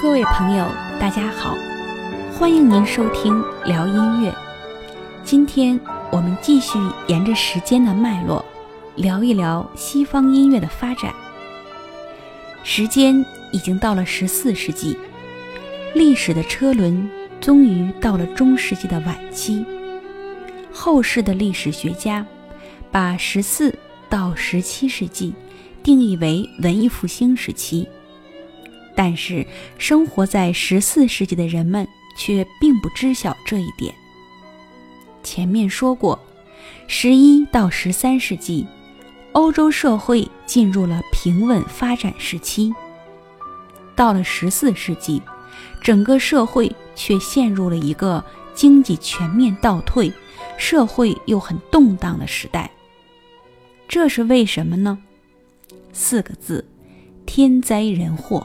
各位朋友，大家好，欢迎您收听聊音乐。今天我们继续沿着时间的脉络，聊一聊西方音乐的发展。时间已经到了14世纪，历史的车轮终于到了中世纪的晚期。后世的历史学家把14到17世纪定义为文艺复兴时期，但是生活在14世纪的人们却并不知晓这一点。前面说过，11到13世纪，欧洲社会进入了平稳发展时期。到了14世纪，整个社会却陷入了一个经济全面倒退，社会又很动荡的时代。这是为什么呢？4个字：天灾人祸。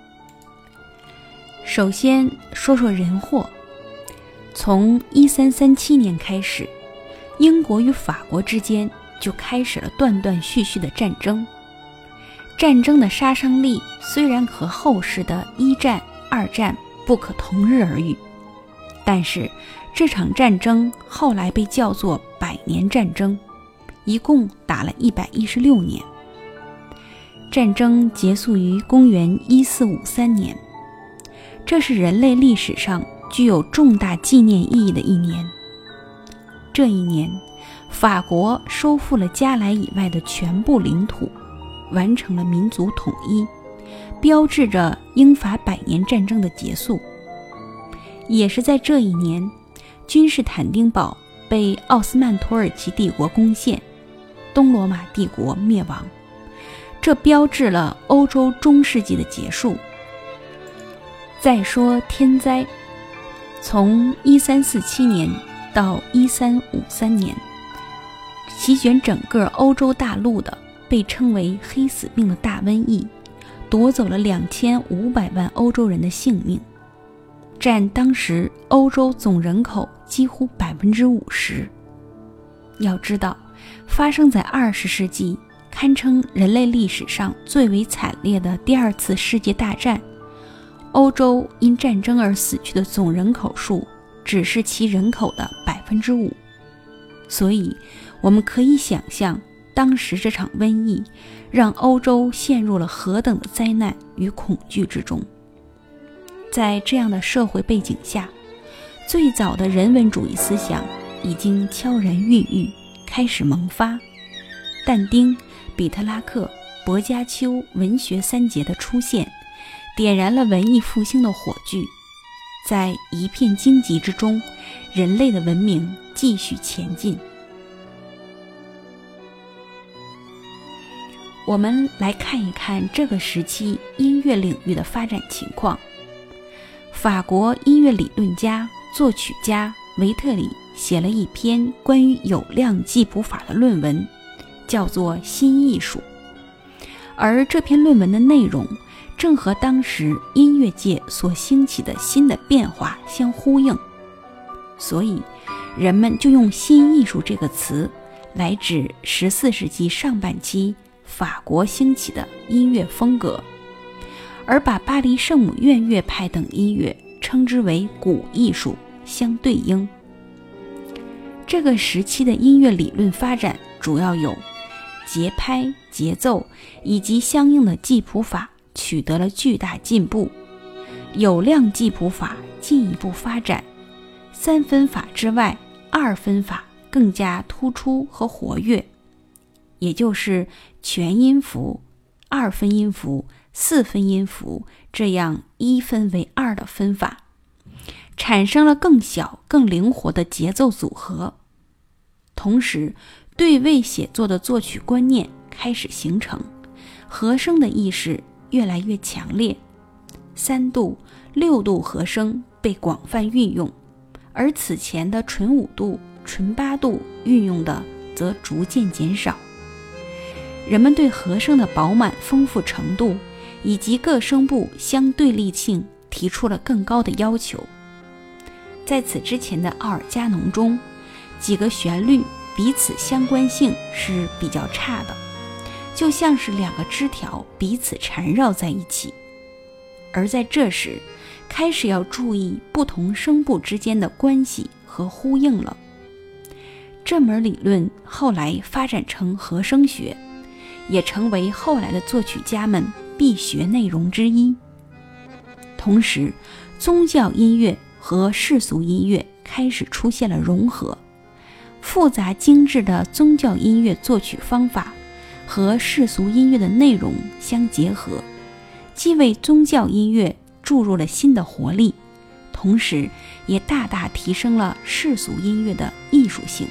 首先说说人祸。从1337年开始，英国与法国之间就开始了断断续续的战争。战争的杀伤力虽然和后世的1战、2战不可同日而语，但是这场战争后来被叫做100年战争，一共打了116年。战争结束于公元1453年，这是人类历史上具有重大纪念意义的一年。这一年，法国收复了加莱以外的全部领土，完成了民族统一，标志着英法100年战争的结束。也是在这一年，君士坦丁堡被奥斯曼土耳其帝国攻陷，东罗马帝国灭亡，这标志了欧洲中世纪的结束。再说天灾，从1347年到1353年，席卷整个欧洲大陆的被称为黑死病的大瘟疫，夺走了2500万欧洲人的性命，占当时欧洲总人口几乎50%。要知道，发生在20世纪，堪称人类历史上最为惨烈的第2次世界大战，欧洲因战争而死去的总人口数只是其人口的5%，所以我们可以想象，当时这场瘟疫让欧洲陷入了何等的灾难与恐惧之中。在这样的社会背景下，最早的人文主义思想已经悄然孕育，开始萌发。但丁、彼特拉克、薄伽丘文学三杰的出现，点燃了文艺复兴的火炬。在一片荆棘之中，人类的文明继续前进。我们来看一看这个时期音乐领域的发展情况。法国音乐理论家、作曲家维特里写了一篇关于有量记谱法的论文，叫做《新艺术》，而这篇论文的内容正和当时音乐界所兴起的新的变化相呼应，所以人们就用新艺术这个词来指14世纪上半期法国兴起的音乐风格，而把巴黎圣母院乐派等音乐称之为古艺术相对应。这个时期的音乐理论发展主要有节拍、节奏以及相应的记谱法取得了巨大进步，有量记谱法进一步发展，3分法之外2分法更加突出和活跃，也就是全音符、2分音符、4分音符这样1分为2的分法，产生了更小更灵活的节奏组合。同时，对位写作的作曲观念开始形成，和声的意识越来越强烈，3度、6度和声被广泛运用，而此前的纯5度、纯8度运用的则逐渐减少。人们对和声的饱满丰富程度以及各声部相对立性提出了更高的要求。在此之前的奥尔加农中，几个旋律彼此相关性是比较差的，就像是2个枝条彼此缠绕在一起。 而在这时开始要注意不同声部之间的关系和呼应了。这门理论后来发展成和声学，也成为后来的作曲家们必学内容之一。同时，宗教音乐和世俗音乐开始出现了融合，复杂精致的宗教音乐作曲方法和世俗音乐的内容相结合，既为宗教音乐注入了新的活力，同时也大大提升了世俗音乐的艺术性。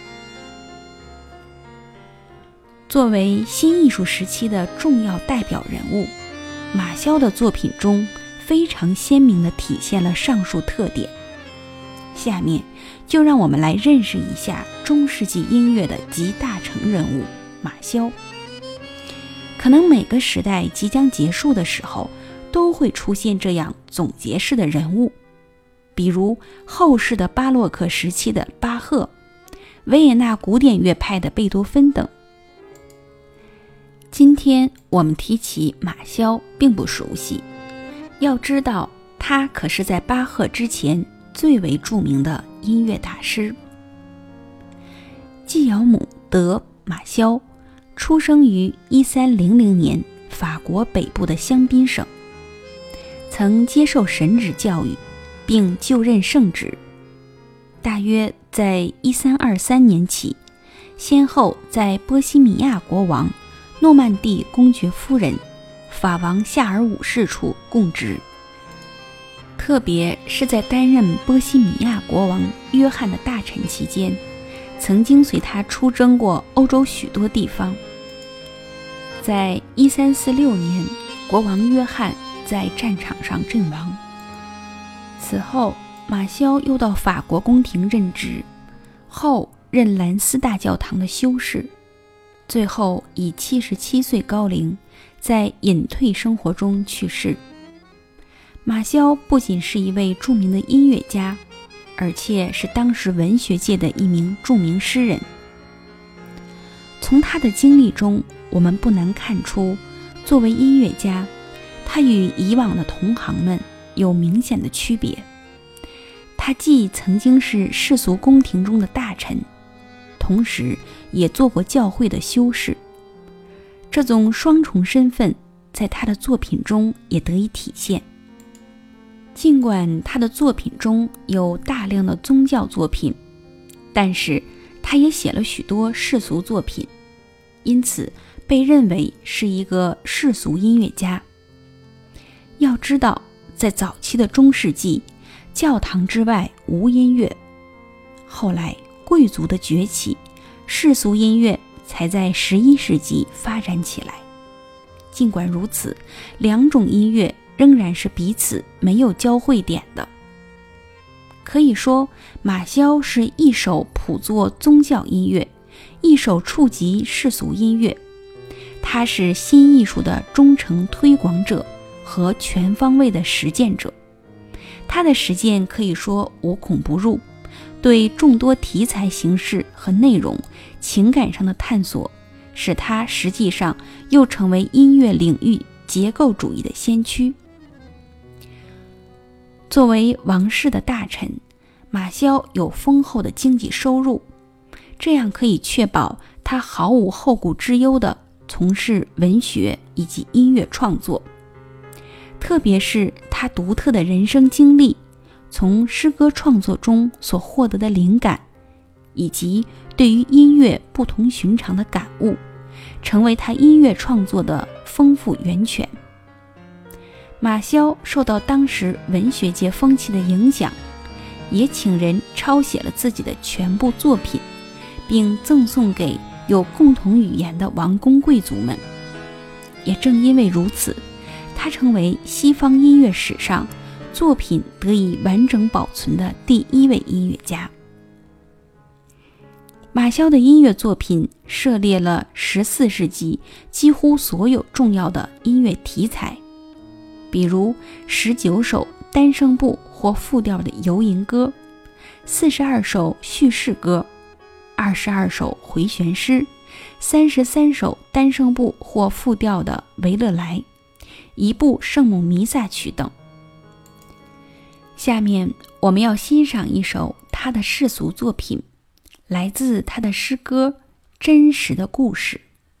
作为新艺术时期的重要代表人物，马肖的作品中非常鲜明地体现了上述特点。下面就让我们来认识一下中世纪音乐的集大成人物马肖。可能每个时代即将结束的时候，都会出现这样总结式的人物，比如后世的巴洛克时期的巴赫，维也纳古典乐派的贝多芬等。今天我们提起马肖并不熟悉，要知道他可是在巴赫之前最为著名的音乐大师。季尧姆·德·马肖出生于1300年法国北部的香槟省，曾接受神职教育并就任圣职。大约在1323年起，先后在波西米亚国王、诺曼底公爵夫人、法王夏尔五世处供职，特别是在担任波西米亚国王约翰的大臣期间，曾经随他出征过欧洲许多地方。在1346年，国王约翰在战场上阵亡。此后，马肖又到法国宫廷任职，后任兰斯大教堂的修士，最后以77岁高龄在隐退生活中去世。马肖不仅是一位著名的音乐家，而且是当时文学界的一名著名诗人。从他的经历中，我们不难看出，作为音乐家，他与以往的同行们有明显的区别。他既曾经是世俗宫廷中的大臣，同时也做过教会的修士。这种双重身份在他的作品中也得以体现。尽管他的作品中有大量的宗教作品，但是他也写了许多世俗作品，因此被认为是一个世俗音乐家。要知道，在早期的中世纪，教堂之外无音乐，后来贵族的崛起，世俗音乐才在11世纪发展起来。尽管如此，两种音乐仍然是彼此没有交汇点的。可以说，马肖是一手谱作宗教音乐，一手触及世俗音乐。他是新艺术的忠诚推广者和全方位的实践者。他的实践可以说无孔不入，对众多题材形式和内容、情感上的探索，使他实际上又成为音乐领域结构主义的先驱。作为王室的大臣，马肖有丰厚的经济收入，这样可以确保他毫无后顾之忧地从事文学以及音乐创作。特别是他独特的人生经历，从诗歌创作中所获得的灵感，以及对于音乐不同寻常的感悟，成为他音乐创作的丰富源泉。马肖受到当时文学界风气的影响，也请人抄写了自己的全部作品，并赠送给有共同语言的王公贵族们。也正因为如此，他成为西方音乐史上作品得以完整保存的第一位音乐家。马肖的音乐作品涉猎了14世纪几乎所有重要的音乐题材，比如19首单声部或复调的游吟歌，42首叙事歌，22首回旋诗，33首单声部或复调的维勒来， 一部圣母弥撒曲等。下面我们要欣赏一首他的世俗作品，来自他的诗歌《真实的故事》。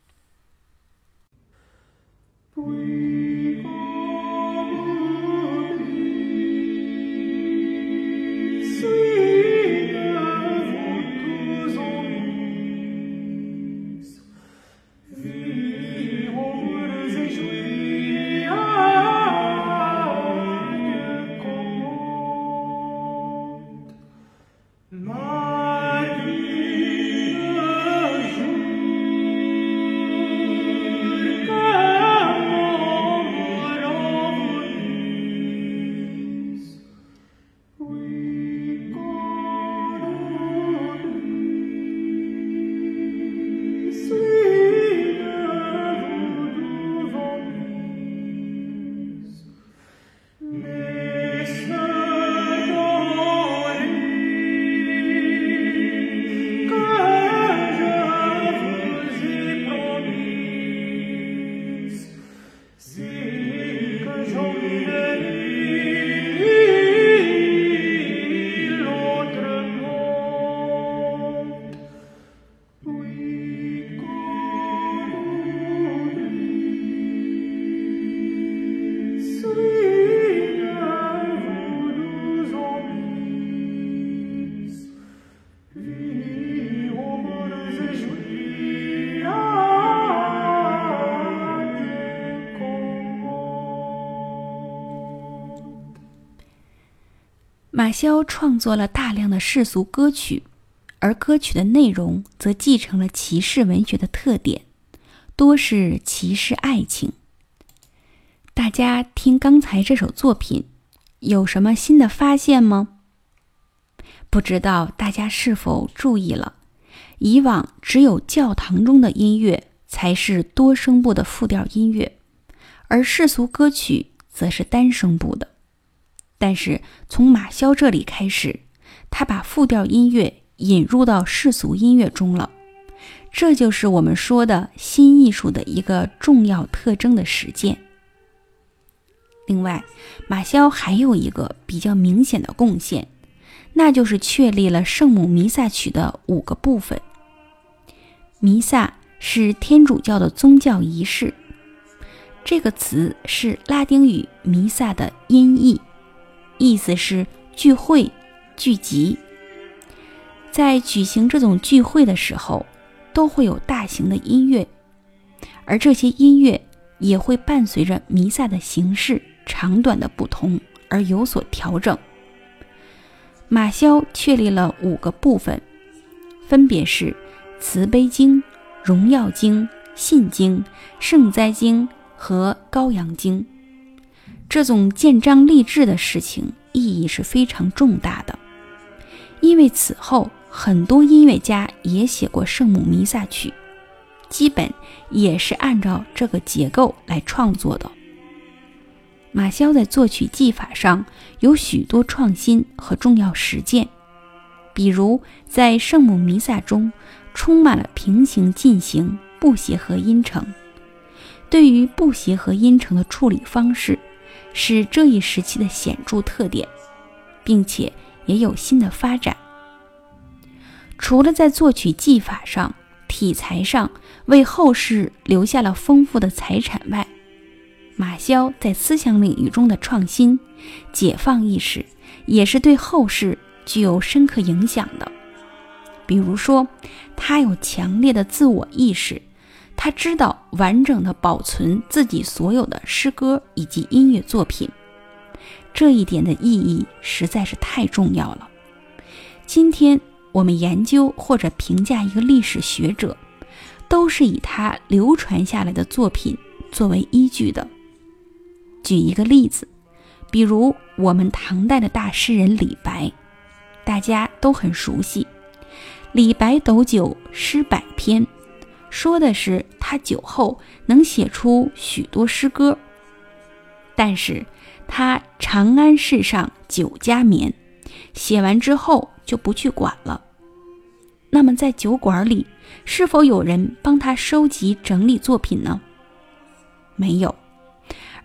马萧创作了大量的世俗歌曲，而歌曲的内容则继承了骑士文学的特点，多是骑士爱情。大家听刚才这首作品，有什么新的发现吗？不知道大家是否注意了，以往只有教堂中的音乐才是多声部的复调音乐，而世俗歌曲则是单声部的。但是从马萧这里开始，他把复调音乐引入到世俗音乐中了，这就是我们说的新艺术的一个重要特征的实践。另外，马萧还有一个比较明显的贡献，那就是确立了圣母弥撒曲的5个部分。弥撒是天主教的宗教仪式，这个词是拉丁语弥撒的音译，意思是聚会、聚集。在举行这种聚会的时候，都会有大型的音乐，而这些音乐也会伴随着弥撒的形式长短的不同而有所调整。马萧确立了5个部分，分别是慈悲经、荣耀经、信经、圣哉经和羔羊经。这种建章立制的事情意义是非常重大的，因为此后很多音乐家也写过圣母弥撒曲，基本也是按照这个结构来创作的。马萧在作曲技法上有许多创新和重要实践，比如在圣母弥撒中充满了平行进行、不协和音程。对于不协和音程的处理方式是这一时期的显著特点，并且也有新的发展。除了在作曲技法上、题材上为后世留下了丰富的财产外，马萧在思想领域中的创新、解放意识也是对后世具有深刻影响的。比如说，他有强烈的自我意识，他知道完整地保存自己所有的诗歌以及音乐作品，这一点的意义实在是太重要了。今天我们研究或者评价一个历史学者，都是以他流传下来的作品作为依据的。举一个例子，比如我们唐代的大诗人李白，大家都很熟悉。李白斗酒诗100篇，说的是他酒后能写出许多诗歌，但是他长安市上酒家眠，写完之后就不去管了。那么在酒馆里，是否有人帮他收集整理作品呢？没有。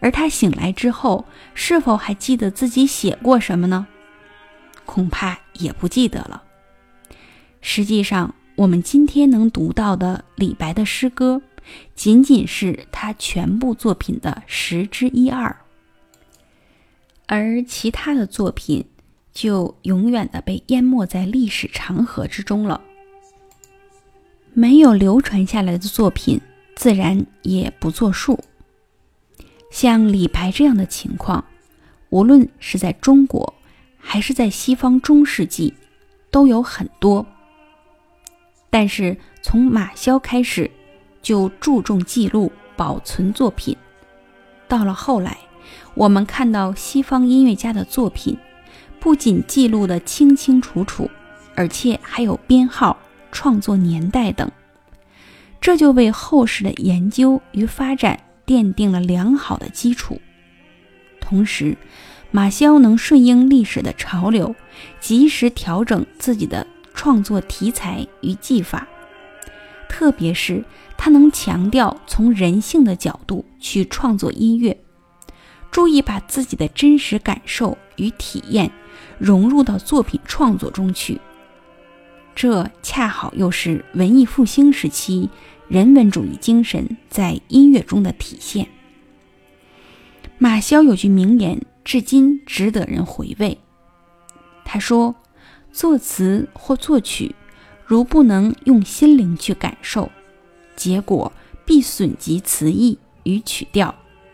而他醒来之后，是否还记得自己写过什么呢？恐怕也不记得了。实际上，我们今天能读到的李白的诗歌，仅仅是他全部作品的1/10，而其他的作品就永远的被淹没在历史长河之中了。没有流传下来的作品，自然也不作数。像李白这样的情况，无论是在中国还是在西方中世纪都有很多。但是从马萧开始就注重记录保存作品，到了后来我们看到西方音乐家的作品不仅记录得清清楚楚，而且还有编号、创作年代等，这就为后世的研究与发展奠定了良好的基础。同时，马萧能顺应历史的潮流，及时调整自己的创作题材与技法，特别是他能强调从人性的角度去创作音乐，注意把自己的真实感受与体验融入到作品创作中去。这恰好又是文艺复兴时期人文主义精神在音乐中的体现。马萧有句名言，至今值得人回味。他说，作词或作曲，如不能用心灵去感受，结果必损及词意与曲调。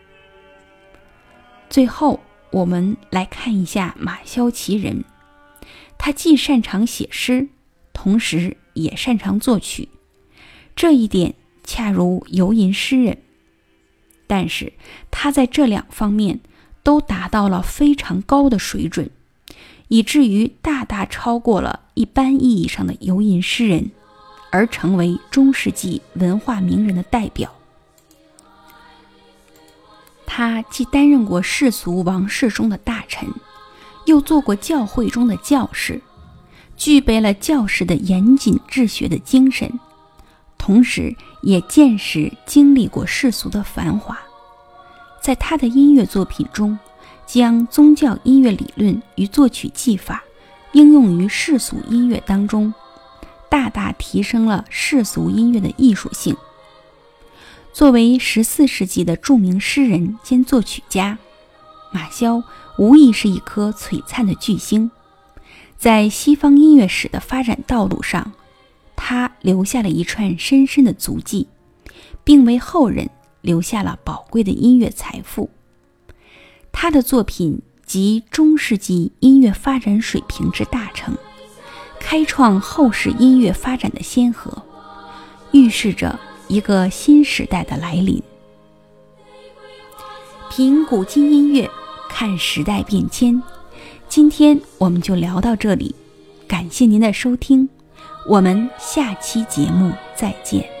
最后，我们来看一下马萧其人。他既擅长写诗，同时也擅长作曲，这一点恰如游吟诗人。但是他在这两方面都达到了非常高的水准，以至于大大超过了一般意义上的游吟诗人，而成为中世纪文化名人的代表。他既担任过世俗王室中的大臣，又做过教会中的教士，具备了教士的严谨治学的精神，同时也见识经历过世俗的繁华。在他的音乐作品中，将宗教音乐理论与作曲技法应用于世俗音乐当中，大大提升了世俗音乐的艺术性。作为14世纪的著名诗人兼作曲家，马萧无疑是一颗璀璨的巨星。在西方音乐史的发展道路上，他留下了一串深深的足迹，并为后人留下了宝贵的音乐财富。他的作品集中世纪音乐发展水平之大成，开创后世音乐发展的先河，预示着一个新时代的来临。品古今音乐，看时代变迁。今天我们就聊到这里，感谢您的收听，我们下期节目再见。